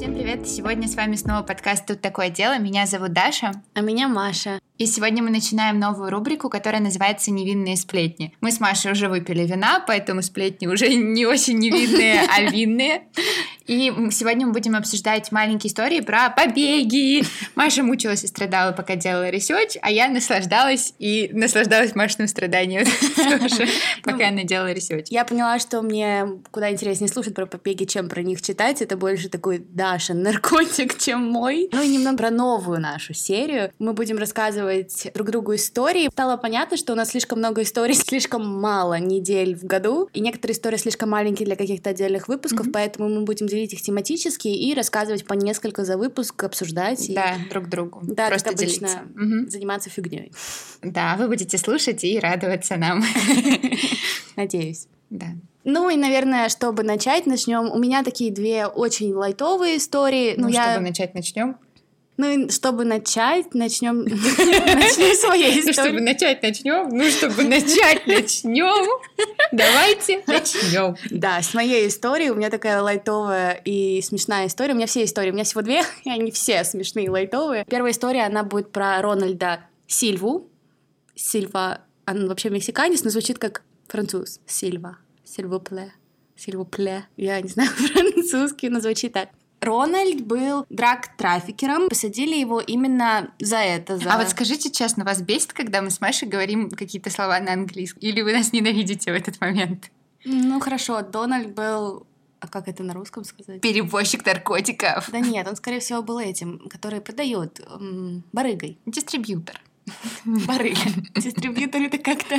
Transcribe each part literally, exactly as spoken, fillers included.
Всем привет! Сегодня с вами снова подкаст «Тут такое дело». Меня зовут Даша. А меня Маша. И сегодня мы начинаем новую рубрику, которая называется «Невинные сплетни». Мы с Машей уже выпили вина, поэтому сплетни уже не очень невинные, а винные. И сегодня мы будем обсуждать маленькие истории про побеги. Маша мучилась и страдала, пока делала ресерч, а я наслаждалась и наслаждалась Машиным страданием тоже, пока она делала ресерч. Я поняла, что мне куда интереснее слушать про побеги, чем про них читать. Это больше такой Дашин наркотик, чем мой. Ну и немного про новую нашу серию. Мы будем рассказывать друг другу истории. Стало понятно, что у нас слишком много историй, слишком мало недель в году, и некоторые истории слишком маленькие для каких-то отдельных выпусков, mm-hmm. поэтому мы будем делить их тематически и рассказывать по несколько за выпуск, обсуждать. Да, и... друг другу. Да, просто как обычно, mm-hmm. заниматься фигней. Да, вы будете слушать и радоваться нам. Надеюсь. Да. Ну и, наверное, чтобы начать, начнем. У меня такие две очень лайтовые истории. Ну, ну чтобы я... начать, начнем. Ну, и чтобы начать, начнем начнем своей истории. Ну, чтобы начать, начнем. Ну, чтобы начать, начнем. Давайте начнем. Да, с моей истории. У меня такая лайтовая и смешная история. У меня все истории. У меня всего две, и они все смешные и лайтовые. Первая история, она будет про Рональда Сильву. Сильва, он вообще мексиканец, но звучит как француз. Сильва. Сильвупле. Сильвупле. Я не знаю французский, но звучит так. Рональд был драг-трафикером, посадили его именно за это. За... А вот скажите честно, вас бесит, когда мы с Машей говорим какие-то слова на английском? Или вы нас ненавидите в этот момент? Ну хорошо, Дональд был... А как это на русском сказать? Перевозчик наркотиков. Да нет, он, скорее всего, был этим, который продает м- барыгой. Дистрибьютор. Барыга. Дистрибьютор — это как-то...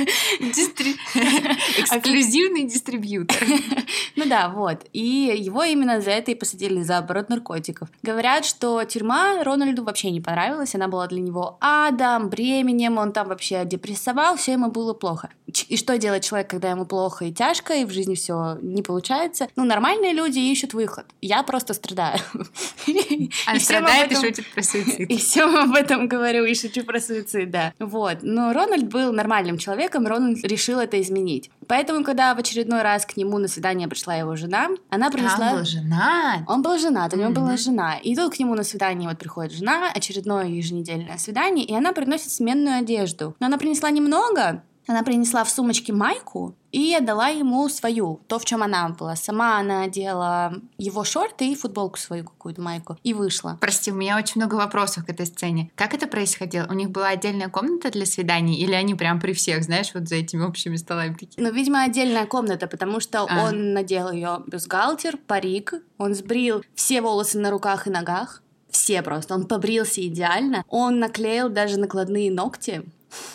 Эксклюзивный дистрибьютор. Ну да, вот. И его именно за это и посадили, за оборот наркотиков. Говорят, что тюрьма Рональду вообще не понравилась. Она была для него адом, бременем. Он там вообще депрессовал, все ему было плохо. И что делает человек, когда ему плохо и тяжко, и в жизни все не получается? Ну, нормальные люди ищут выход. Я просто страдаю. Она страдает и шутит про суицид. И все об этом говорю, и шучу про суицид, да. Вот. Но Рональд был нормальным человеком, Рональд решил это изменить. Поэтому, когда в очередной раз к нему на свидание пришла его жена, она принесла... А он был женат? Он был женат, у него mm-hmm. была жена. И тут к нему на свидание вот приходит жена, очередное еженедельное свидание, и она приносит сменную одежду. Но она принесла немного... Она принесла в сумочке майку и отдала ему свою, то, в чем она была. Сама она одела его шорты и футболку свою какую-то майку и вышла. Прости, у меня очень много вопросов к этой сцене. Как это происходило? У них была отдельная комната для свиданий или они прям при всех, знаешь, вот за этими общими столами такие? Ну, видимо, отдельная комната, потому что а. он надел ее бюстгальтер, парик, он сбрил все волосы на руках и ногах, все просто, он побрился идеально, он наклеил даже накладные ногти.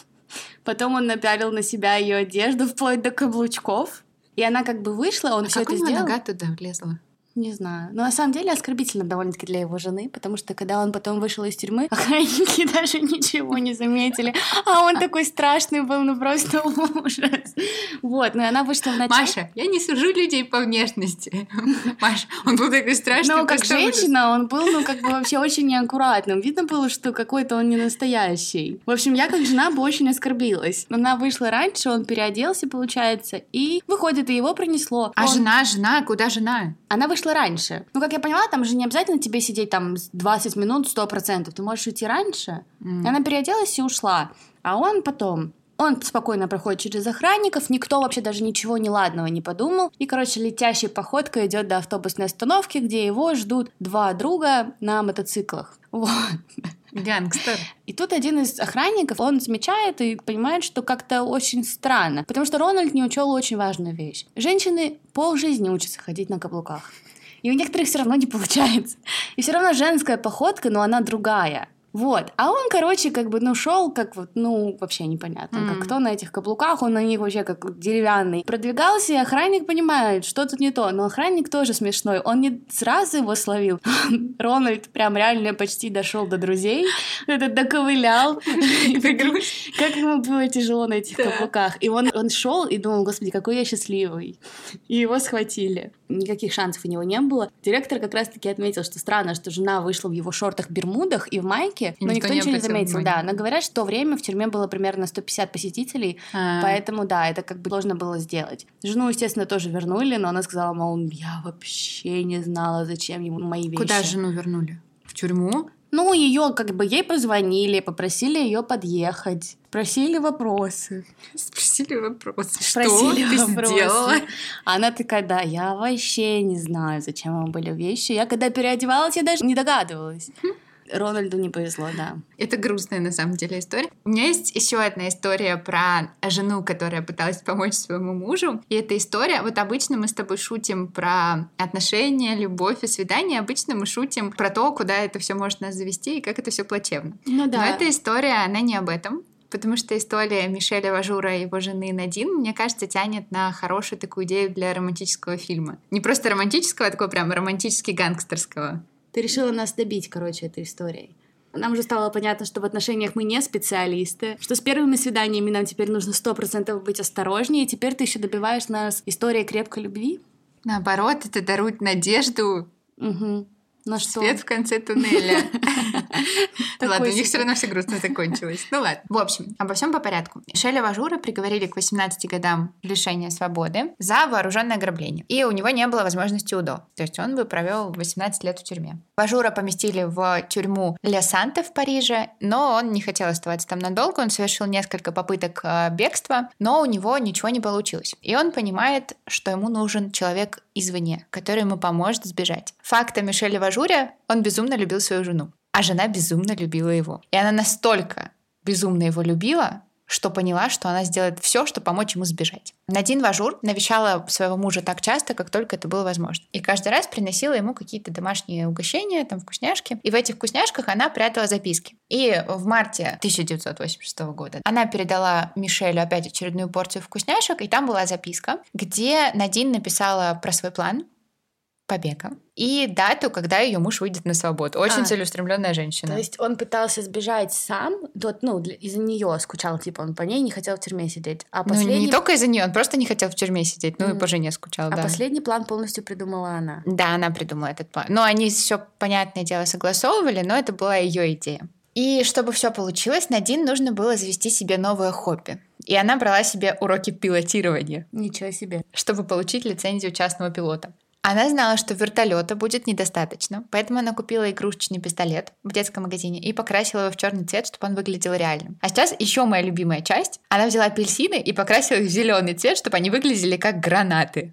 Потом он напялил на себя ее одежду вплоть до каблучков. И она как бы вышла, он а все это сделал. А как нога туда влезла? Не знаю. Но на самом деле оскорбительно довольно-таки для его жены, потому что когда он потом вышел из тюрьмы, охранники даже ничего не заметили. А он такой страшный был, ну просто ужас. Вот, ну и она вышла в начале... Маша, я не сужу людей по внешности. Маша, он был такой страшный. Ну, как женщина, он был, ну, как бы вообще очень неаккуратным. Видно было, что какой-то он не настоящий. В общем, я как жена бы очень оскорбилась. Она вышла раньше, он переоделся, получается, и выходит, и его принесло. А он... жена, жена, куда жена? Она вышла раньше. Ну, как я поняла, там же не обязательно тебе сидеть там двадцать минут, сто процентов. Ты можешь уйти раньше. Mm. Она переоделась и ушла. А он потом... Он спокойно проходит через охранников, никто вообще даже ничего неладного не подумал. И, короче, летящей походкой идет до автобусной остановки, где его ждут два друга на мотоциклах. Вот. Гангстер. И тут один из охранников, он замечает и понимает, что как-то очень странно. Потому что Рональд не учел очень важную вещь. Женщины полжизни учатся ходить на каблуках. И у некоторых все равно не получается. И все равно женская походка, но она другая. Вот. А он, короче, как бы, ну, шел как вот, ну, вообще непонятно, mm. как кто на этих каблуках, он на них вообще как деревянный. Продвигался, и охранник понимает, что тут не то. Но охранник тоже смешной. Он не сразу его словил. Рональд прям реально почти дошел до друзей. Этот доковылял. Как ему было тяжело на этих каблуках. И он шел и думал, господи, какой я счастливый. И его схватили. Никаких шансов у него не было. Директор как раз-таки отметил, что странно, что жена вышла в его шортах-бермудах и в майке, деньги, но никто, никто ничего не заметил. Внимания. Да, но говорят, что в то время в тюрьме было примерно сто пятьдесят посетителей, А-а-а. поэтому, да, это как бы сложно было сделать. Жену, естественно, тоже вернули, но она сказала, мол, я вообще не знала, зачем ему мои вещи. Куда жену вернули? В тюрьму? Ну, ее как бы, ей позвонили, попросили ее подъехать, спросили вопросы. Спросили вопросы. Спросили что вопросы. ты сделала? Она такая, да, я вообще не знаю, зачем вам были вещи. Я когда переодевалась, я даже не догадывалась. Рональду не повезло, да. Это грустная, на самом деле, история. У меня есть еще одна история про жену, которая пыталась помочь своему мужу. И эта история... Вот обычно мы с тобой шутим про отношения, любовь и свидания. Обычно мы шутим про то, куда это все может нас завести и как это все плачевно. Ну да. Но эта история, она не об этом. Потому что история Мишеля Важура и его жены Надин, мне кажется, тянет на хорошую такую идею для романтического фильма. Не просто романтического, а такого прям романтически-гангстерского. Ты решила нас добить, короче, этой историей. Нам уже стало понятно, что в отношениях мы не специалисты, что с первыми свиданиями нам теперь нужно сто процентов быть осторожнее, и теперь ты еще добиваешь нас историей крепкой любви? Наоборот, это дарует надежду. Угу. На что? Свет в конце туннеля. Ладно, у них все равно все грустно закончилось. Ну ладно. В общем, обо всем по порядку. Мишеля Важура приговорили к восемнадцати годам лишения свободы за вооруженное ограбление. И у него не было возможности УДО. То есть он бы провел восемнадцать лет в тюрьме. Важура поместили в тюрьму Ля Санте в Париже, но он не хотел оставаться там надолго. Он совершил несколько попыток бегства, но у него ничего не получилось. И он понимает, что ему нужен человек извне, который ему поможет сбежать. Факт о Мишеле Важуре: он безумно любил свою жену, а жена безумно любила его. И она настолько безумно его любила, что поняла, что она сделает все, чтобы помочь ему сбежать. Надин Важур навещала своего мужа так часто, как только это было возможно. И каждый раз приносила ему какие-то домашние угощения, там вкусняшки. И в этих вкусняшках она прятала записки. И в марте тысяча девятьсот восемьдесят шестого года она передала Мишелю опять очередную порцию вкусняшек, и там была записка, где Надин написала про свой план побега и дату, когда ее муж выйдет на свободу. Очень а, целеустремленная женщина. То есть он пытался сбежать сам, тот, ну, для, из-за нее скучал, типа он по ней не хотел в тюрьме сидеть. А последний... Ну, не только из-за нее, он просто не хотел в тюрьме сидеть, ну mm. и по жене скучал, а да. А последний план полностью придумала она. Да, она придумала этот план. Ну, они все, понятное дело, согласовывали, но это была ее идея. И чтобы все получилось, Надин нужно было завести себе новое хобби. И она брала себе уроки пилотирования. Ничего себе. Чтобы получить лицензию частного пилота. Она знала, что вертолета будет недостаточно, поэтому она купила игрушечный пистолет в детском магазине и покрасила его в черный цвет, чтобы он выглядел реальным. А сейчас еще моя любимая часть. Она взяла апельсины и покрасила их в зеленый цвет, чтобы они выглядели как гранаты.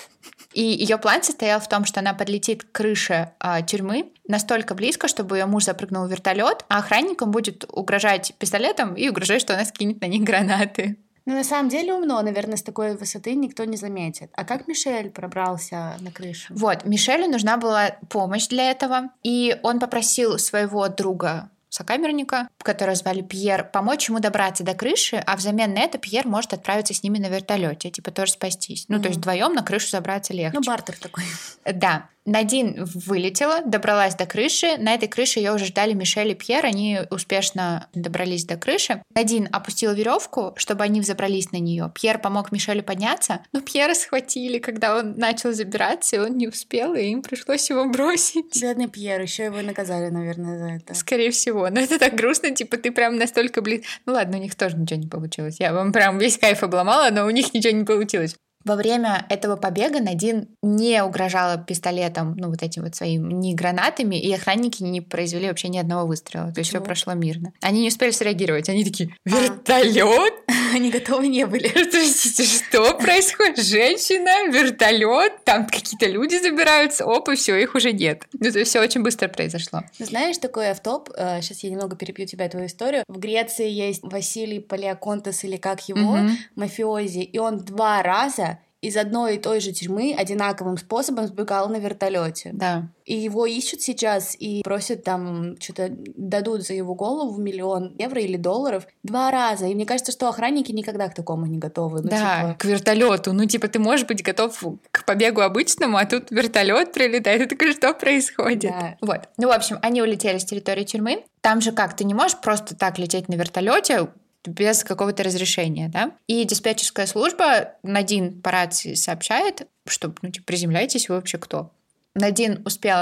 И ее план состоял в том, что она подлетит к крыше а, тюрьмы настолько близко, чтобы ее муж запрыгнул в вертолет, а охранникам будет угрожать пистолетом и угрожать, что она скинет на них гранаты. Ну, на самом деле умно, наверное, с такой высоты никто не заметит. А как Мишель пробрался на крышу? Вот, Мишелю нужна была помощь для этого, и он попросил своего друга сокамерника, которого звали Пьер, помочь ему добраться до крыши, а взамен на это Пьер может отправиться с ними на вертолете, типа тоже спастись. Ну, mm-hmm. то есть вдвоем на крышу забраться легче. Ну, бартер такой. Да. Надин вылетела, добралась до крыши. На этой крыше ее уже ждали Мишель и Пьер. Они успешно добрались до крыши. Надин опустила веревку, чтобы они взобрались на нее. Пьер помог Мишелю подняться, но Пьера схватили, когда он начал забираться, и он не успел, и им пришлось его бросить. Бедный Пьер, еще его и наказали, наверное, за это. Скорее всего. Но это так грустно, типа ты прям настолько близко. Ну ладно, у них тоже ничего не получилось. Я вам прям весь кайф обломала, но у них ничего не получилось. Во время этого побега Надин не угрожала пистолетом, ну, вот этим вот своим, ни гранатами, и охранники не произвели вообще ни одного выстрела. То есть все прошло мирно. Они не успели среагировать. Они такие: вертолет? Они готовы не были. Простите, что происходит? Женщина, вертолет, там какие-то люди забираются, оп, и все, их уже нет. Ну, то есть все очень быстро произошло. Знаешь, такой автоп, сейчас я немного перебью тебя, твою историю. В Греции есть Василий Палеоконтес, или как его, mm-hmm. мафиози, и он два раза из одной и той же тюрьмы одинаковым способом сбегал на вертолете. Да. И его ищут сейчас и просят там, что-то дадут за его голову миллион евро или долларов два раза. И мне кажется, что охранники никогда к такому не готовы. Ну, да, типа... к вертолету. Ну, типа, ты можешь быть готов к побегу обычному, а тут вертолет прилетает. И такое, что происходит? Да. Вот. Ну, в общем, они улетели с территории тюрьмы. Там же как, ты не можешь просто так лететь на вертолете без какого-то разрешения, да? И диспетчерская служба Надин по рации сообщает, что, ну, типа, приземляйтесь, вы вообще кто? Надин успела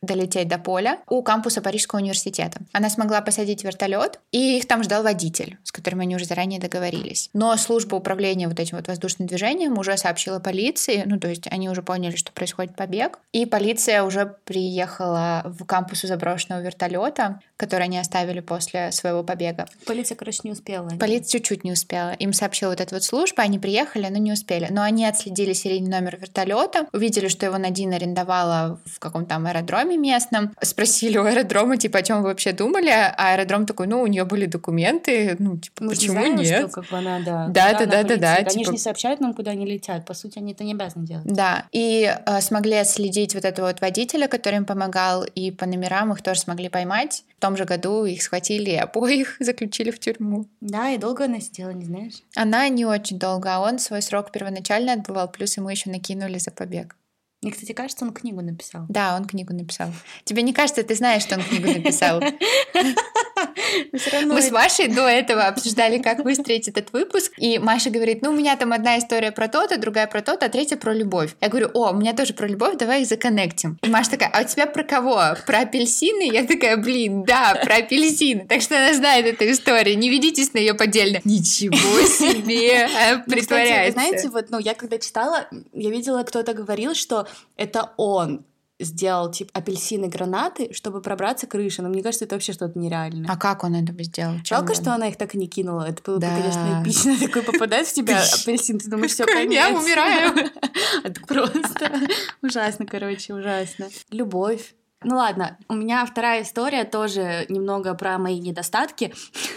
долететь до поля у кампуса Парижского университета. Она смогла посадить вертолет, и их там ждал водитель, с которым они уже заранее договорились. Но служба управления вот этим вот воздушным движением уже сообщила полиции, ну, то есть они уже поняли, что происходит побег, и полиция уже приехала в кампус у заброшенного вертолета, который они оставили после своего побега. Полиция, короче, не успела. Полиция чуть-чуть не успела. Им сообщила вот эта вот служба, они приехали, но не успели. Но они отследили серийный номер вертолета, увидели, что его Надин арендовала в каком-то там аэродроме местном. Спросили у аэродрома, типа, о чем вы вообще думали? А аэродром такой, ну, у нее были документы, ну, типа, Мы почему знаем, нет? Что, как бы она, да, да, да, да, да, да. Они типа... же не сообщают нам, куда они летят. По сути, они это не обязаны делать. Да, и э, смогли отследить вот этого вот водителя, который им помогал, и по номерам их тоже смогли поймать. В том же году их схватили и обоих заключили в тюрьму. Да, и долго она сидела, не знаешь? Она не очень долго, а он свой срок первоначально отбывал, плюс ему еще накинули за побег. Мне, кстати, кажется, он книгу написал. Да, он книгу написал. Тебе не кажется, ты знаешь, что он книгу написал? Мы с Машей до этого обсуждали, как выстроить этот выпуск, и Маша говорит, ну, у меня там одна история про то-то, другая про то-то, а третья про любовь. Я говорю, о, у меня тоже про любовь, давай их законнектим. И Маша такая, а у тебя про кого? Про апельсины? Я такая, блин, да, про апельсины. Так что она знает эту историю, не ведитесь на ее поддельно. Ничего себе, притворяется. Знаете, вот, ну, я когда читала, я видела, кто-то говорил, что это он сделал, типа, апельсины, гранаты, чтобы пробраться к крыше. Но мне кажется, это вообще что-то нереальное. А как он это бы сделал? Жалко, что она их так и не кинула. Это было бы, конечно, эпично. Такой попадает в тебя апельсин, ты думаешь, все, конец. Я умираю. Это просто ужасно, короче, ужасно. Любовь. Ну ладно, у меня вторая история тоже немного про мои недостатки.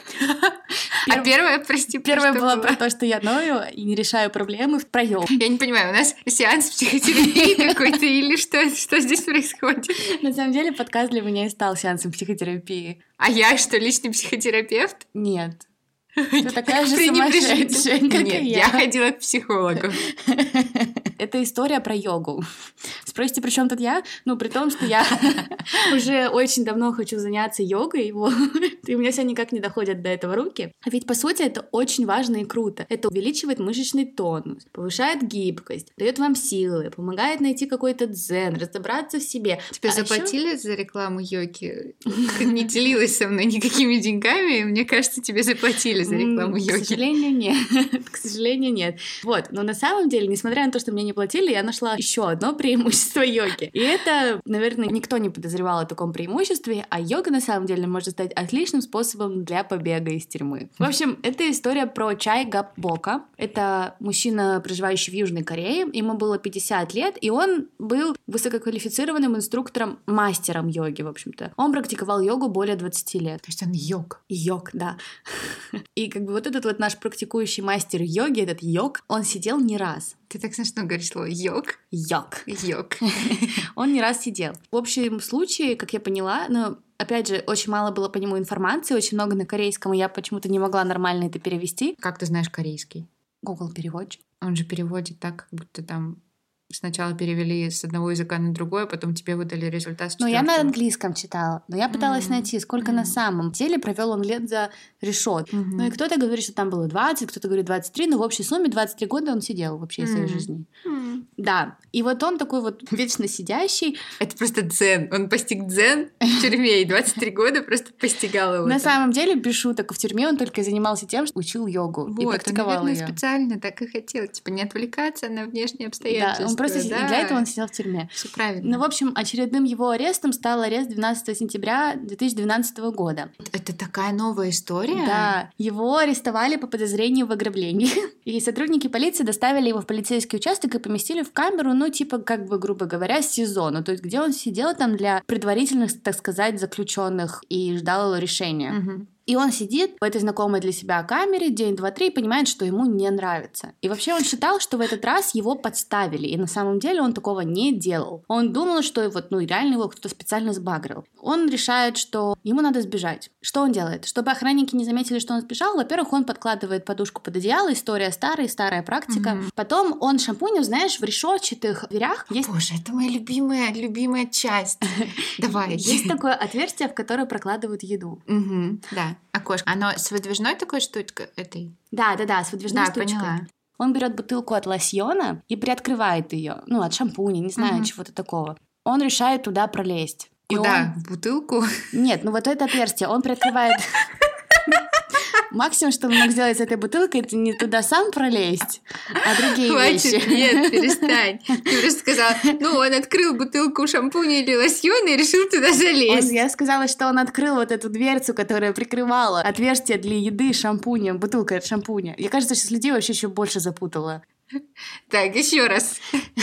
А первая, прости, первая была про то, что я ною и не решаю проблемы, про йогу. Я не понимаю, у нас сеанс психотерапии какой-то или что, что здесь происходит? На самом деле подкаст для меня и стал сеансом психотерапии. А я что, личный психотерапевт? Нет. Ты такая же сумасшедшая, как Нет, и я. я ходила к психологу. Это история про йогу. Спросите, при чем тут я? Ну, при том, что я уже очень давно хочу заняться йогой, вот, и у меня все никак не доходят до этого руки. А ведь, по сути, это очень важно и круто. Это увеличивает мышечный тонус, повышает гибкость, дает вам силы, помогает найти какой-то дзен, разобраться в себе. Тебе а заплатили еще... за рекламу йоги? Ты не делилась со мной никакими деньгами, мне кажется, тебе заплатили за рекламу йоги. К сожалению, нет. К сожалению, нет. Вот, но на самом деле, несмотря на то, что мне не платили, я нашла еще одно преимущество йоги. И это, наверное, никто не подозревал о таком преимуществе, а йога на самом деле может стать отличным способом для побега из тюрьмы. В общем, это история про Чай Гапбока. Это мужчина, проживающий в Южной Корее. Ему было пятьдесят лет, и он был высококвалифицированным инструктором, мастером йоги, в общем-то. Он практиковал йогу более двадцати лет. То есть он йог. Йог, да. И как бы вот этот вот наш практикующий мастер йоги, этот йог, он сидел не раз. Ты так смешно говоришь слово йог. Йог. Йог. Он не раз сидел. В общем случае, как я поняла, ну, опять же, очень мало было по нему информации, очень много на корейском, и я почему-то не могла нормально это перевести. Как ты знаешь корейский? Google переводчик. Он же переводит так, как будто там сначала перевели с одного языка на другой, а потом тебе выдали результат с Ну, я на английском читала, но я пыталась mm-hmm. найти, сколько mm-hmm. на самом деле провел он лет за решет. Mm-hmm. Ну, и кто-то говорит, что там было двадцать, кто-то говорит двадцать три, но в общей сумме двадцать три года он сидел вообще mm-hmm. в своей жизни. Mm-hmm. Да, и вот он такой вот вечно сидящий. Это просто дзен. Он постиг дзен в тюрьме, и двадцать три года просто постигал его. На самом деле, без шуток, в тюрьме он только занимался тем, что учил йогу вот, и практиковал он, ее. наверное, специально так и хотел, типа, не отвлекаться на внешние обстоятельства. Да, он просто да. и для этого он сидел в тюрьме. Все правильно. Ну, в общем, очередным его арестом стал арест двенадцатого сентября две тысячи двенадцатого года. Это такая новая история? Да. Его арестовали по подозрению в ограблении. И сотрудники полиции доставили его в полицейский участок и поместили в камеру, ну, типа, как бы, грубо говоря, СИЗО. Ну, то есть, где он сидел там для предварительных, так сказать, заключенных и ждал решения. Угу. И он сидит в этой знакомой для себя камере день, два, три и понимает, что ему не нравится. И вообще он считал, что в этот раз его подставили. И на самом деле он такого не делал. Он думал, что вот, ну, реально его кто-то специально сбагрил. Он решает, что ему надо сбежать. Что он делает? Чтобы охранники не заметили, что он сбежал, во-первых, он подкладывает подушку под одеяло. История старая, старая практика. Mm-hmm. Потом он шампунем, знаешь, в решетчатых дверях. Есть... Боже, это моя любимая, любимая часть. Давай. Есть такое отверстие, в которое прокладывают еду. Да. Окошко. Оно с выдвижной такой штучкой этой? Да, да, да, с выдвижной да, штучкой. Поняла. Он берет бутылку от лосьона и приоткрывает ее, ну, от шампуня, не знаю, mm-hmm. чего-то такого. Он решает туда пролезть. Куда? он... В бутылку? Нет, ну вот это отверстие, он приоткрывает... Максимум, что он мог сделать с этой бутылкой, это не туда сам пролезть, а другие Хватит, вещи. нет, перестань. Ты просто сказала, ну, он открыл бутылку шампуня или лосьона и решил туда залезть. Он, я сказала, что он открыл вот эту дверцу, которая прикрывала отверстие для еды шампуня, бутылка от шампуня. Я, кажется, сейчас людей вообще еще больше запутала. Так, еще раз.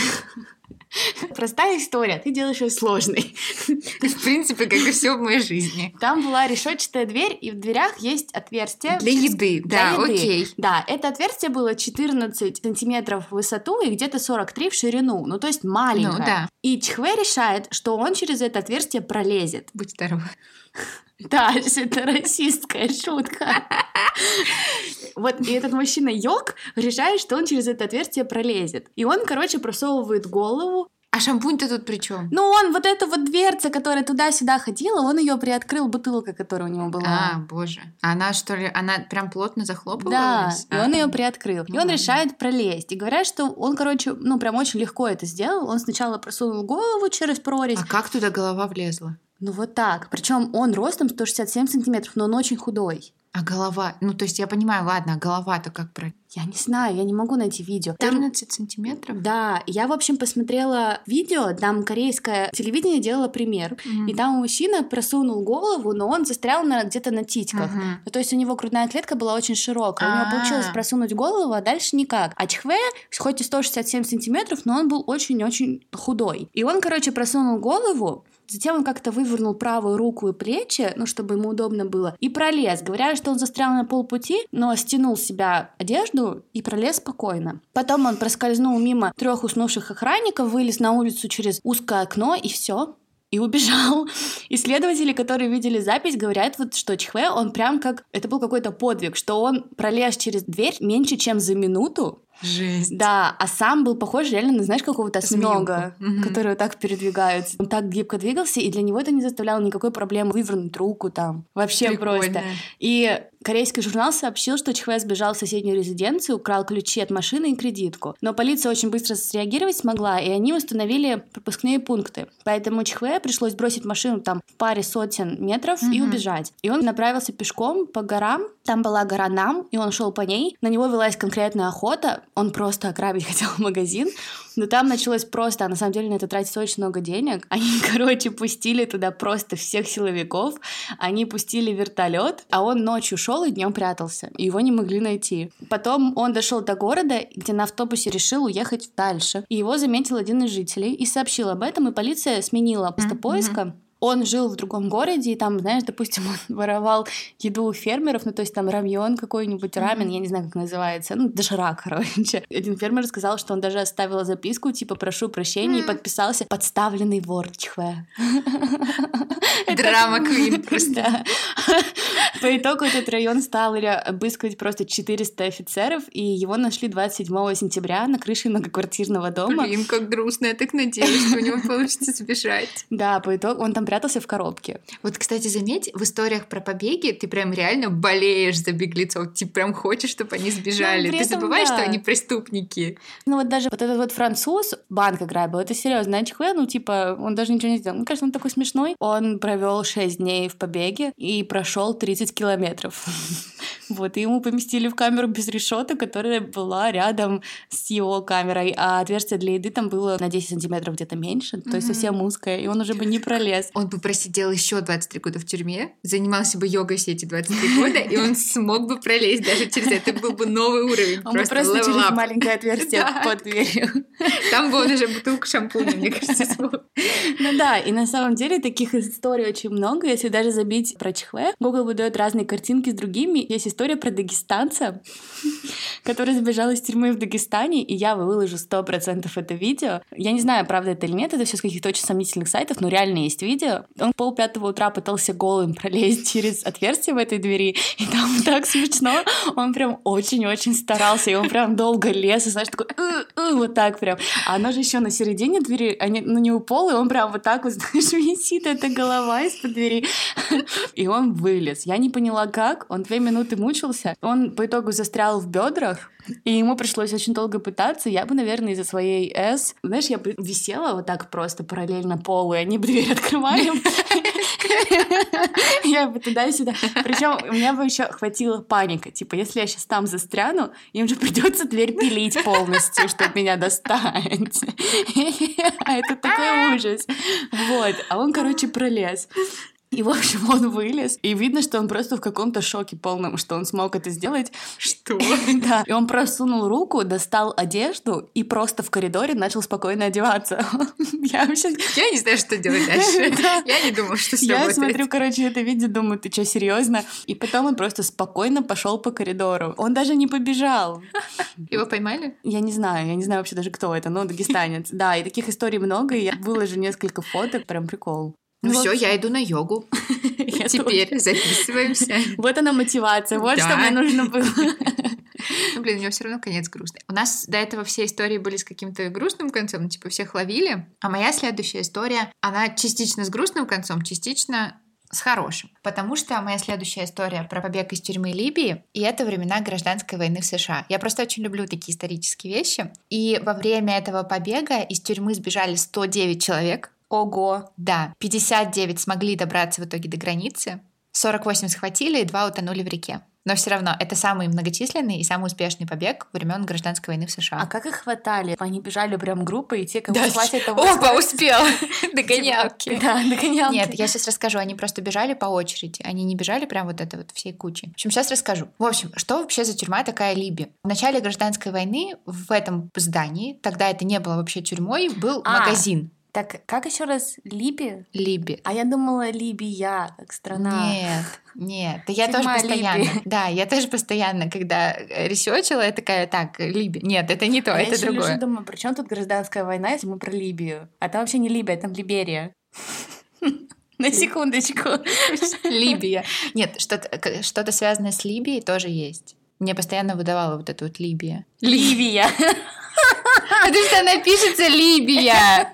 Простая история, ты делаешь ее сложной. В принципе, как и все в моей жизни. Там была решетчатая дверь, и в дверях есть отверстие. Для еды, Для да, еды. окей. Да, это отверстие было четырнадцать сантиметров в высоту и где-то сорок три в ширину. Ну, то есть маленькое. Ну, да. И Чихве решает, что он через это отверстие пролезет. Будь здорова. Да, это расистская шутка. Вот, и этот мужчина Йок решает, что он через это отверстие пролезет. И он, короче, просовывает голову. А шампунь-то тут при чем? Ну, он вот эту вот дверца, которая туда-сюда ходила, он ее приоткрыл, бутылка, которая у него была. А, боже. Она, что ли, она прям плотно Да, захлопывалась? и он ее приоткрыл. И он Ладно. решает пролезть. И говорят, что он, короче, ну, прям очень легко это сделал. Он сначала просунул голову через прорезь. А как туда голова влезла? Ну, вот так. Причем он ростом сто шестьдесят семь сантиметров, но он очень худой. А голова? Ну, то есть я понимаю, ладно, а голова-то как про... Я не знаю, я не могу найти видео. Там- четырнадцать сантиметров? Да, я, в общем, посмотрела видео, там корейское телевидение делало пример, Мгм. и там мужчина просунул голову, но он застрял на, где-то на титьках. Мгм. Ну, то есть у него грудная клетка была очень широкая, у него А. получилось просунуть голову, а дальше никак. А Чихве, хоть и сто шестьдесят семь сантиметров, но он был очень-очень худой. И он, короче, просунул голову, затем он как-то вывернул правую руку и плечи, ну, чтобы ему удобно было, и пролез. Говорят, что он застрял на полпути, но стянул с себя одежду и пролез спокойно. Потом он проскользнул мимо трех уснувших охранников, вылез на улицу через узкое окно, и все. И убежал. Исследователи, которые видели запись, говорят, вот, что Чихве, он прям как... Это был какой-то подвиг, что он пролез через дверь меньше, чем за минуту. Жесть. Да, а сам был похож реально на, знаешь, какого-то осьминога, Змеюку. Мгм. который вот так передвигаются. Он так гибко двигался, и для него это не заставляло никакой проблемы вывернуть руку там. Вообще Прикольно. просто. И корейский журнал сообщил, что Чихве сбежал в соседнюю резиденцию, украл ключи от машины и кредитку. Но полиция очень быстро среагировать смогла, и они установили пропускные пункты. Поэтому Чихве пришлось бросить машину там в паре сотен метров и Мгм. убежать. И он направился пешком по горам. Там была гора Нам, и он шел по ней. На него велась конкретная охота. Он просто ограбить хотел магазин. Но там началось просто, а на самом деле на это тратится очень много денег. Они, короче, пустили туда просто всех силовиков. Они пустили вертолет, а он ночью шел и днем прятался. И его не могли найти. Потом он дошел до города, где на автобусе решил уехать дальше. И его заметил один из жителей и сообщил об этом, и полиция сменила место поиска. Он жил в другом городе, и там, знаешь, допустим, он воровал еду у фермеров, ну, то есть там рамьон какой-нибудь, рамен, я не знаю, как называется, ну, доширак, короче. Один фермер сказал, что он даже оставил записку, типа, прошу прощения, и подписался «Подставленный вор Чихве». Драма Квин просто. Да. По итогу этот район стал обыскивать просто четыреста офицеров, и его нашли двадцать седьмого сентября на крыше многоквартирного дома. Блин, как грустно. Я так надеюсь, что у него получится сбежать. Да, по итогу он там прятался в коробке. Вот, кстати, заметь, в историях про побеги ты прям реально болеешь за беглецов. Ты прям хочешь, чтобы они сбежали. Ну, при Ты этом, забываешь, да. что они преступники. Ну вот даже вот этот вот француз, банк ограбил, это серьезно, а Чихве, ну типа, он даже ничего не сделал. Мне кажется, он такой смешной. Он провел шесть дней в побеге и прошел тридцать километров. Вот, и ему поместили в камеру без решеток, которая была рядом с его камерой, а отверстие для еды там было на десять сантиметров где-то меньше, то есть совсем узкое, и он уже бы не пролез. Он бы просидел еще двадцать три года в тюрьме, занимался бы йогой все эти двадцать три года, и он смог бы пролезть даже через это. Это был бы новый уровень. Он бы просто level через up. маленькое отверстие Да. под дверью. Там бы он уже бутылку шампуня, мне кажется, смог. Ну да, и на самом деле таких историй очень много. Если даже забить про Чихве, Google выдает разные картинки с другими. Есть история про дагестанца, который сбежал из тюрьмы в Дагестане, и я выложу сто процентов это видео. Я не знаю, правда это или нет, это все с каких-то очень сомнительных сайтов, но реально есть видео. Он пол пятого утра пытался голым пролезть через отверстие в этой двери, и там так смешно. Он прям очень-очень старался, и он прям долго лез, и знаешь, такой «Э-э», вот так прям. А оно же еще на середине двери, а не, ну не у пола, и он прям вот так вот, знаешь, висит эта голова из-под двери. И он вылез. Я не поняла, как. Он две минуты измучился. Он по итогу застрял в бедрах, и ему пришлось очень долго пытаться. Я бы, наверное, из-за своей «С», знаешь, я бы висела вот так просто параллельно полу, и они бы дверь открывали. Я бы туда-сюда. Причем у меня бы еще хватило паника. Типа, если я сейчас там застряну, им же придется дверь пилить полностью, чтобы меня достать. А это такой ужас. Вот. А он, короче, пролез. И, в общем, он вылез, и видно, что он просто в каком-то шоке полном, что он смог это сделать. Что? Да. И он просунул руку, достал одежду и просто в коридоре начал спокойно одеваться. Я вообще... Я не знаю, что делать дальше. Я не думала, что сработает. Я смотрю, короче, это видео, думаю, ты что, серьезно? И потом он просто спокойно пошел по коридору. Он даже не побежал. Его поймали? Я не знаю, я не знаю вообще даже, кто это, но дагестанец. Да, и таких историй много, и я выложу несколько фоток, прям прикол. Ну, ну все, вот... я иду на йогу. Теперь тоже. Записываемся. Вот она мотивация, вот что мне нужно было. Ну, блин, у него все равно конец грустный. У нас до этого все истории были с каким-то грустным концом, ну, типа всех ловили. А моя следующая история, она частично с грустным концом, частично с хорошим. Потому что моя следующая история про побег из тюрьмы Либии, и это времена гражданской войны в США. Я просто очень люблю такие исторические вещи. И во время этого побега из тюрьмы сбежали сто девять человек. Ого! Да, пятьдесят девять смогли добраться в итоге до границы, сорок восемь схватили и два утонули в реке. Но все равно это самый многочисленный и самый успешный побег времен гражданской войны в США. А как их хватали? Они бежали прям группой, и те, кого да, схватят, того опа, успел! Догонялки. Да, догонялки. Нет, я сейчас расскажу. Они просто бежали по очереди. Они не бежали прям вот это вот всей кучей. В общем, сейчас расскажу. В общем, что вообще за тюрьма такая Либия? В начале гражданской войны в этом здании, тогда это не было вообще тюрьмой, был а. магазин. Так, как еще раз? Либия? Либия. А я думала, Либия, как страна. Нет, нет. Да я тоже постоянно. Либия. Да, я тоже постоянно, когда ресерчила, я такая, так, Либия. Нет, это не то, а это я другое. Я еще думаю, при чем тут гражданская война, если мы про Либию? А там вообще не Либия, там Либерия. На секундочку. Либия. Нет, что-то связанное с Либией тоже есть. Мне постоянно выдавала вот эта вот Либия. Ливия. Потому что она пишется Либия.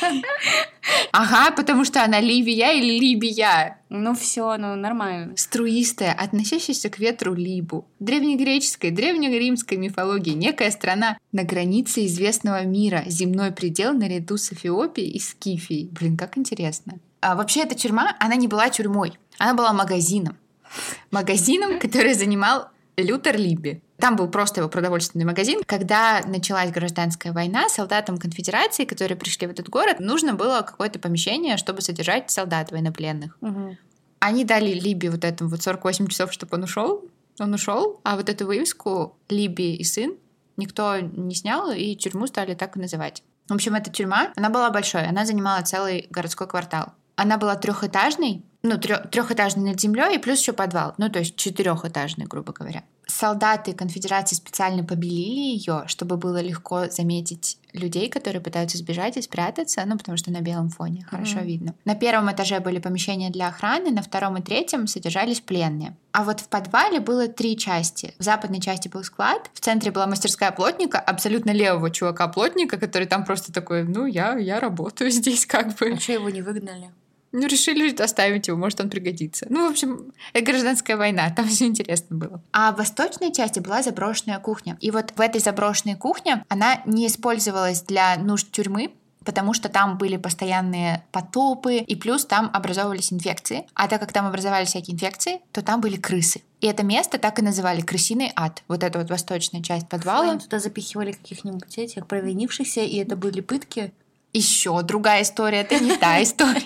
Ага, потому что она Ливия или Либия. Ну все, ну нормально. Струистая, относящаяся к ветру Либу. Древнегреческой, древнеримской мифологии некая страна на границе известного мира, земной предел наряду с Эфиопией и Скифией. Блин, как интересно. А вообще эта тюрьма, она не была тюрьмой, она была магазином. Магазином, который занимал Лютер Либи. Там был просто его продовольственный магазин. Когда началась гражданская война, солдатам конфедерации, которые пришли в этот город, нужно было какое-то помещение, чтобы содержать солдат военнопленных. Угу. Они дали Либи вот этому вот сорок восемь часов, чтобы он ушел. Он ушел, а вот эту вывеску «Либи и сын» никто не снял, и тюрьму стали так и называть. В общем, эта тюрьма, она была большой, она занимала целый городской квартал. Она была трехэтажной, ну, трехэтажный над землей и плюс еще подвал, ну, то есть четырехэтажный, грубо говоря. Солдаты конфедерации специально побелили ее, чтобы было легко заметить людей, которые пытаются сбежать и спрятаться, ну, потому что на белом фоне хорошо mm-hmm. видно. На первом этаже были помещения для охраны, на втором и третьем содержались пленные. А вот в подвале было три части. В западной части был склад, в центре была мастерская плотника, абсолютно левого чувака-плотника, который там просто такой, ну, я, я работаю здесь как бы. А что, его не выгнали? Ну, решили оставить его, может, он пригодится. Ну, в общем, это гражданская война, там все интересно было. А в восточной части была заброшенная кухня. И вот в этой заброшенной кухне она не использовалась для нужд тюрьмы, потому что там были постоянные потопы, и плюс там образовывались инфекции. А так как там образовались всякие инфекции, то там были крысы. И это место так и называли крысиный ад. Вот эта вот восточная часть подвала. Туда запихивали каких-нибудь этих провинившихся, и это были пытки. Еще другая история, это не та история.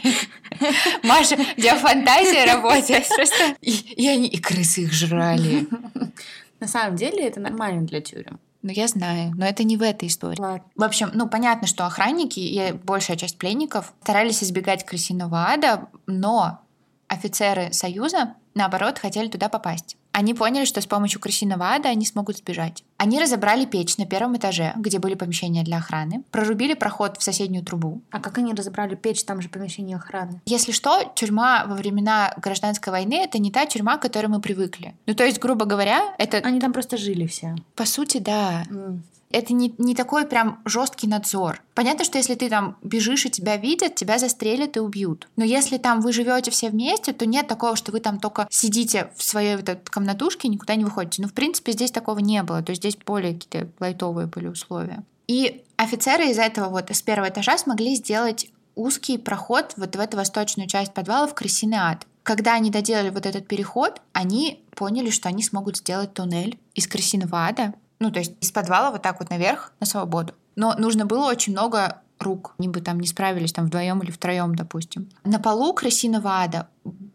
Маша, у тебя фантазия работает просто. И, и они, и крысы их жрали. На самом деле это нормально для тюрем. Ну, я знаю, но это не в этой истории. Ладно. В общем, ну, понятно, что охранники и большая часть пленников старались избегать крысиного ада, но офицеры Союза, наоборот, хотели туда попасть. Они поняли, что с помощью крысиного ада они смогут сбежать. Они разобрали печь на первом этаже, где были помещения для охраны, прорубили проход в соседнюю трубу. А как они разобрали печь, там же помещение охраны? Если что, тюрьма во времена гражданской войны — это не та тюрьма, к которой мы привыкли. Ну, то есть, грубо говоря, это... Они там просто жили все. По сути, да. Mm. это не, не такой прям жесткий надзор. Понятно, что если ты там бежишь и тебя видят, тебя застрелят и убьют. Но если там вы живете все вместе, то нет такого, что вы там только сидите в своей вот этой комнатушке и никуда не выходите. Ну, в принципе, здесь такого не было. То есть здесь более какие-то лайтовые были условия. И офицеры из этого вот, с первого этажа смогли сделать узкий проход вот в эту восточную часть подвала в крысиный ад. Когда они доделали вот этот переход, они поняли, что они смогут сделать туннель из крысиного ада, ну, то есть из подвала вот так вот наверх на свободу. Но нужно было очень много рук. Они бы там не справились там вдвоем или втроем, допустим. На полу крысиного ада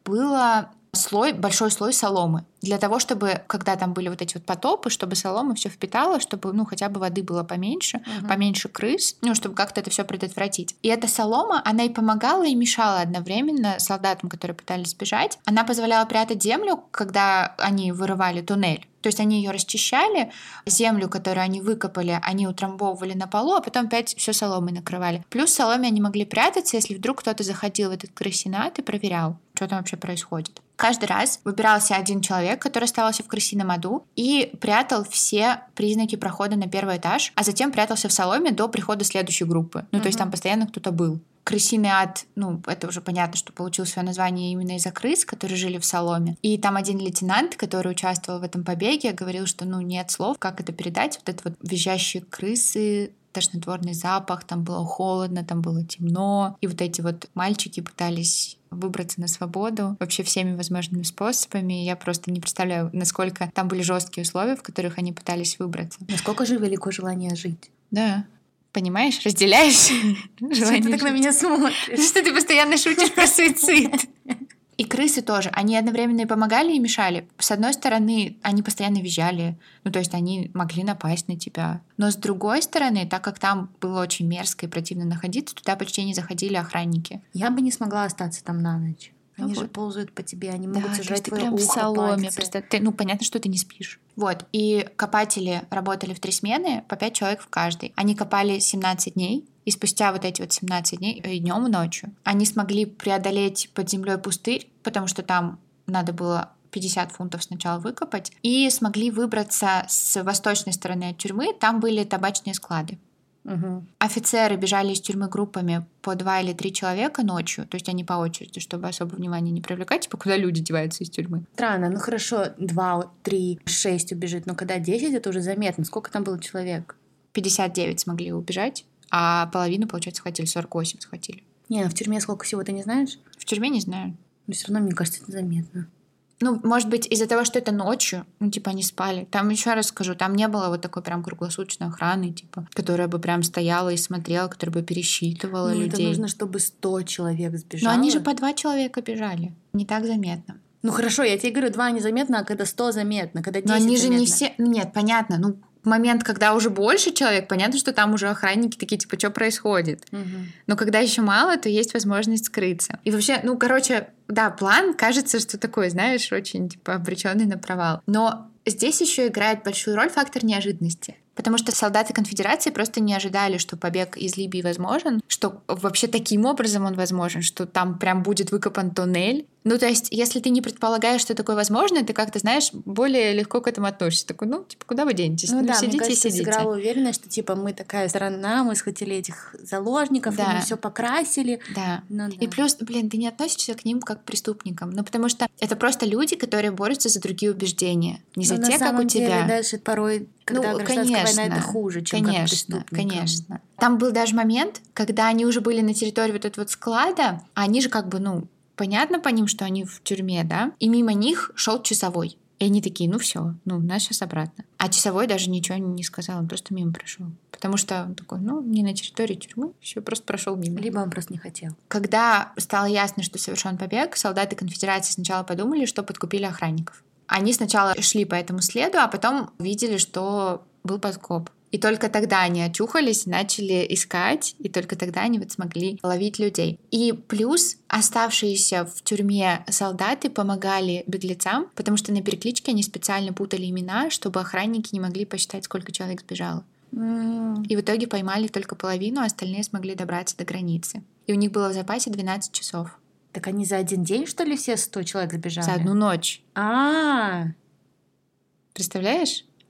было слой, большой слой соломы. Для того, чтобы, когда там были вот эти вот потопы, чтобы солома все впитала, чтобы, ну, хотя бы воды было поменьше, uh-huh. поменьше крыс, ну, чтобы как-то это все предотвратить. И эта солома, она и помогала, и мешала одновременно солдатам, которые пытались сбежать. Она позволяла прятать землю, когда они вырывали туннель. То есть они ее расчищали, землю, которую они выкопали, они утрамбовывали на полу, а потом опять все соломой накрывали. Плюс в соломе они могли прятаться, если вдруг кто-то заходил в этот крысиный ад и проверял, что там вообще происходит. Каждый раз выбирался один человек, который оставался в крысином аду, и прятал все признаки прохода на первый этаж, а затем прятался в соломе до прихода следующей группы. Ну, mm-hmm. то есть там постоянно кто-то был. Крысиный ад, ну, это уже понятно, что получил свое название именно из-за крыс, которые жили в соломе. И там один лейтенант, который участвовал в этом побеге, говорил, что, ну, нет слов, как это передать. Вот это вот визжащие крысы, тошнотворный запах, там было холодно, там было темно. И вот эти вот мальчики пытались выбраться на свободу вообще всеми возможными способами. Я просто не представляю, насколько там были жесткие условия, в которых они пытались выбраться. Насколько же велико желание жить. Да. Понимаешь, разделяешь желание. Что ты так на меня смотришь? Что ты постоянно шутишь про суицид? И крысы тоже. Они одновременно и помогали, и мешали. С одной стороны, они постоянно визжали. Ну, то есть они могли напасть на тебя. Но с другой стороны, так как там было очень мерзко и противно находиться, туда почти не заходили охранники. Я бы не смогла остаться там на ночь. Они ну, же вот. ползают по тебе, они могут да, сожрать ты твое прям ухо, в соломе. пальцы. Ты, ну, понятно, что ты не спишь. Вот. И копатели работали в три смены, по пять человек в каждой. Они копали семнадцать дней. И спустя вот эти вот семнадцать дней, и днем, и ночью, они смогли преодолеть под землей пустырь, потому что там надо было пятьдесят фунтов сначала выкопать, и смогли выбраться с восточной стороны от тюрьмы. Там были табачные склады. Угу. Офицеры бежали из тюрьмы группами по два или три человека ночью, то есть они по очереди, чтобы особо внимания не привлекать, типа куда люди деваются из тюрьмы. Странно, ну хорошо, два, три, шесть убежит, но когда десять, это уже заметно. Сколько там было человек? пятьдесят девять смогли убежать, а половину, получается, схватили, сорок восемь схватили. Не, ну в тюрьме сколько всего, ты не знаешь? В тюрьме не знаю. Но все равно, мне кажется, это заметно. Ну, может быть, из-за того, что это ночью, ну, типа, они спали. Там, еще раз скажу, там не было вот такой прям круглосуточной охраны, типа, которая бы прям стояла и смотрела, которая бы пересчитывала ну, людей. Это нужно, чтобы сто человек сбежало. Но они же по два человека бежали. Не так заметно. Ну, хорошо, я тебе говорю, два незаметно, а когда сто заметно, когда десять Но они же заметно. не все... Нет, понятно, ну, в момент, когда уже больше человек, понятно, что там уже охранники такие, типа, что происходит? Угу. Но когда еще мало, то есть возможность скрыться. И вообще, ну, короче, да, план кажется, что такой, знаешь, очень, типа, обреченный на провал. Но здесь еще играет большую роль фактор неожиданности. Потому что солдаты конфедерации просто не ожидали, что побег из Либии возможен, что вообще таким образом он возможен, что там прям будет выкопан туннель. Ну, то есть, если ты не предполагаешь, что такое возможно, ты как-то, знаешь, более легко к этому относишься. Такой, ну, типа, куда вы денетесь? Ну, Ну, да, сидите мне кажется, и сидите. сыграла уверенность, что, типа, мы такая страна, мы схватили этих заложников, Да. и мы все покрасили. Да. Ну, да. И плюс, блин, ты не относишься к ним как к преступникам. Ну, потому что это просто люди, которые борются за другие убеждения. Не за Но те, на как самом у тебя. деле, дальше порой, когда ну, гражданская конечно, война, это хуже, чем конечно, как преступникам. Конечно. Там был даже момент, когда они уже были на территории вот этого вот склада, а они же как бы, ну, понятно по ним, что они в тюрьме, да? И мимо них шел часовой. И они такие, ну все, ну, нас сейчас обратно. А часовой даже ничего не сказал, он просто мимо прошел. Потому что он такой, ну, не на территории тюрьмы, еще просто прошел мимо. Либо он просто не хотел. Когда стало ясно, что совершен побег, солдаты конфедерации сначала подумали, что подкупили охранников. Они сначала шли по этому следу, а потом видели, что был подкоп. И только тогда они очухались, начали искать, и только тогда они вот смогли ловить людей. И плюс оставшиеся в тюрьме солдаты помогали беглецам, потому что на перекличке они специально путали имена, чтобы охранники не могли посчитать, сколько человек сбежало. Mm. И в итоге поймали только половину, а остальные смогли добраться до границы. И у них было в запасе двенадцать часов. Так они за один день, что ли, все сто человек сбежали? За одну ночь. А, Представляешь?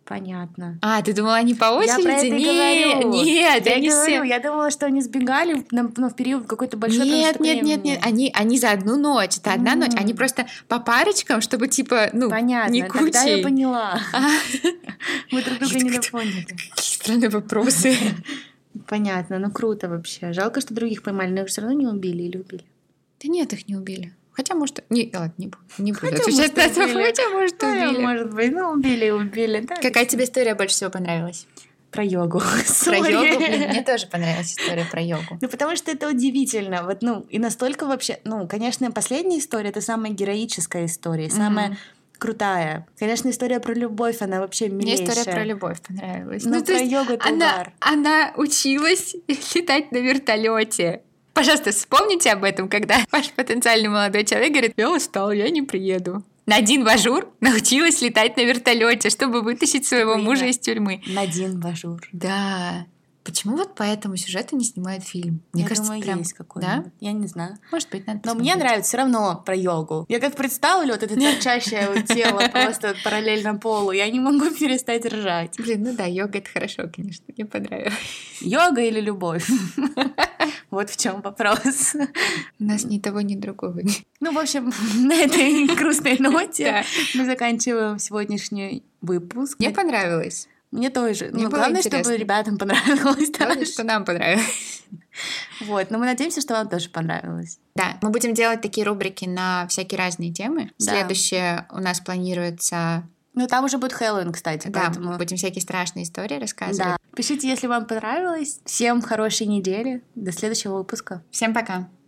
Понятно. А, ты думала, они по очереди? Я про это и нет, говорю. нет, я они говорю, все... я думала, что они сбегали на, ну, в период какой-то большой Нет, промежуток нет, нет, времени. нет, они, они за одну ночь, это одна ночь, они М. просто по парочкам, чтобы типа, ну, Понятно, не тогда я кучей. поняла. А, Мы друг друга Я не так- поняли. Какие странные вопросы. Понятно, ну круто вообще. Жалко, что других поймали, но их все равно не убили или убили. Да нет, их не убили. Хотя, может... Не, ладно, не, буду- не буду Хотя, отвечать может, на это. убили. Хотя, может, Ну, убили. может быть, ну убили, и убили. Да, Какая тебе история больше всего понравилась? про йогу. Про Sorry. йогу? Блин, мне тоже понравилась история про йогу. Ну, потому что это удивительно. Вот, ну, и настолько вообще... Ну, конечно, последняя история — это самая героическая история, самая Мгм. крутая. Конечно, история про любовь, она вообще Мне милейшая. история про любовь понравилась. Ну, Ну, то про есть йогу это она, угар. она училась летать на вертолете. Пожалуйста, вспомните об этом, когда ваш потенциальный молодой человек говорит: я устал, я не приеду. Надин Бажур научилась летать на вертолете, чтобы вытащить своего Какое мужа имя? из тюрьмы. Надин Бажур. Да. Почему вот по этому сюжету не снимают фильм? Мне Я кажется, думаю, прям... есть какой-нибудь. Да? Я не знаю. Может быть, надо Но посмотреть. мне нравится все равно про йогу. Я как представлю вот это торчащее вот тело просто вот параллельно полу, я не могу перестать ржать. Блин, ну да, йога — это хорошо, конечно, мне понравилось. Йога или любовь? Вот в чем вопрос. У нас ни того, ни другого. Ну, в общем, на этой грустной ноте Да. мы заканчиваем сегодняшний выпуск. Мне понравилось. Мне тоже. Мне Но было главное, интересно. чтобы ребятам понравилось. Главное, тоже. что нам понравилось. Вот, но мы надеемся, что вам тоже понравилось. Да, мы будем делать такие рубрики на всякие разные темы. Да. Следующее у нас планируется... Ну, там уже будет Хэллоуин, кстати, Да, поэтому... будем всякие страшные истории Да. рассказывать. Пишите, если вам понравилось. Всем хорошей недели. До следующего выпуска. Всем пока.